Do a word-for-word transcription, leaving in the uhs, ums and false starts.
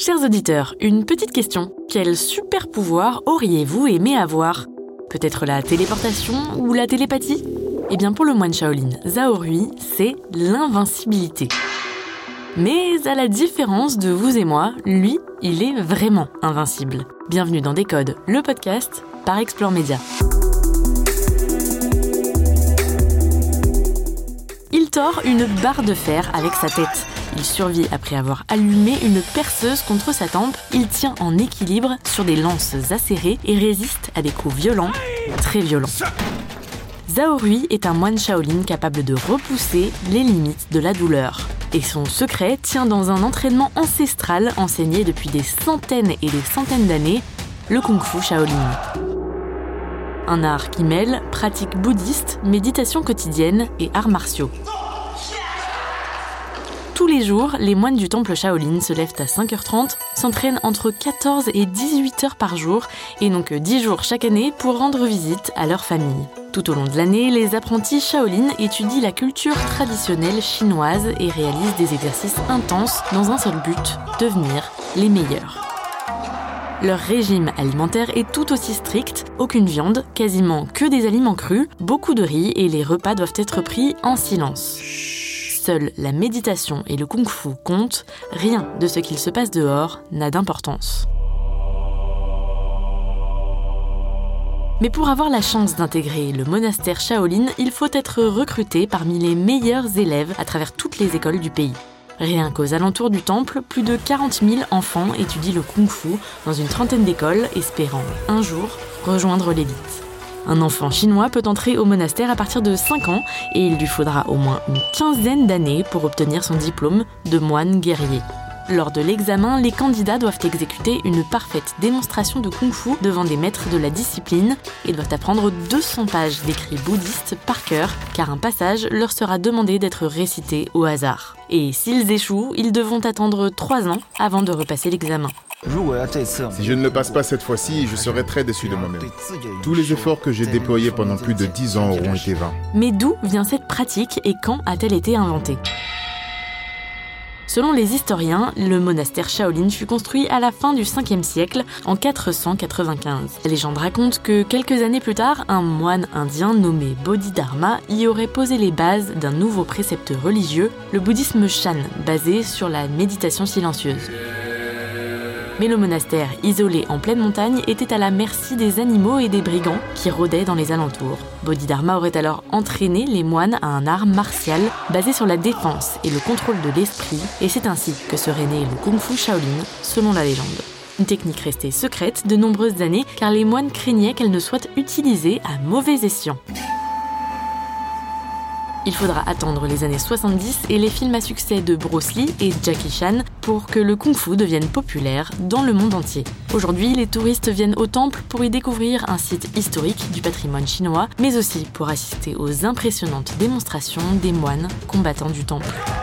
Chers auditeurs, une petite question. Quel super pouvoir auriez-vous aimé avoir ? Peut-être la téléportation ou la télépathie ? Eh bien pour le moine Shaolin, Zhao Rui, c'est l'invincibilité. Mais à la différence de vous et moi, lui, il est vraiment invincible. Bienvenue dans Décode, le podcast par Explore Média. Il tord une barre de fer avec sa tête. Il survit après avoir allumé une perceuse contre sa tempe. Il tient en équilibre sur des lances acérées et résiste à des coups violents, très violents. Zhao Rui est un moine Shaolin capable de repousser les limites de la douleur. Et son secret tient dans un entraînement ancestral enseigné depuis des centaines et des centaines d'années, le Kung-Fu Shaolin. Un art qui mêle pratique bouddhiste, méditation quotidienne et arts martiaux. Tous les jours, les moines du temple Shaolin se lèvent à cinq heures trente, s'entraînent entre quatorze et dix-huit heures par jour et n'ont que dix jours chaque année pour rendre visite à leur famille. Tout au long de l'année, les apprentis Shaolin étudient la culture traditionnelle chinoise et réalisent des exercices intenses dans un seul but, devenir les meilleurs. Leur régime alimentaire est tout aussi strict, aucune viande, quasiment que des aliments crus, beaucoup de riz et les repas doivent être pris en silence. Seule la méditation et le kung-fu comptent, rien de ce qu'il se passe dehors n'a d'importance. Mais pour avoir la chance d'intégrer le monastère Shaolin, il faut être recruté parmi les meilleurs élèves à travers toutes les écoles du pays. Rien qu'aux alentours du temple, plus de quarante mille enfants étudient le kung-fu dans une trentaine d'écoles, espérant un jour rejoindre l'élite. Un enfant chinois peut entrer au monastère à partir de cinq ans et il lui faudra au moins une quinzaine d'années pour obtenir son diplôme de moine guerrier. Lors de l'examen, les candidats doivent exécuter une parfaite démonstration de kung-fu devant des maîtres de la discipline et doivent apprendre deux cents pages d'écrits bouddhistes par cœur, car un passage leur sera demandé d'être récité au hasard. Et s'ils échouent, ils devront attendre trois ans avant de repasser l'examen. Si je ne le passe pas cette fois-ci, je serai très déçu de moi-même. Tous les efforts que j'ai déployés pendant plus de dix ans auront été vains. Mais d'où vient cette pratique et quand a-t-elle été inventée ? Selon les historiens, le monastère Shaolin fut construit à la fin du cinquième siècle, en quatre cent quatre-vingt-quinze. La légende raconte que quelques années plus tard, un moine indien nommé Bodhidharma y aurait posé les bases d'un nouveau précepte religieux, le bouddhisme Shan, basé sur la méditation silencieuse. Mais le monastère, isolé en pleine montagne, était à la merci des animaux et des brigands qui rôdaient dans les alentours. Bodhidharma aurait alors entraîné les moines à un art martial basé sur la défense et le contrôle de l'esprit, et c'est ainsi que serait né le Kung-Fu Shaolin, selon la légende. Une technique restée secrète de nombreuses années, car les moines craignaient qu'elle ne soit utilisée à mauvais escient. Il faudra attendre les années soixante-dix et les films à succès de Bruce Lee et Jackie Chan pour que le kung-fu devienne populaire dans le monde entier. Aujourd'hui, les touristes viennent au temple pour y découvrir un site historique du patrimoine chinois, mais aussi pour assister aux impressionnantes démonstrations des moines combattants du temple.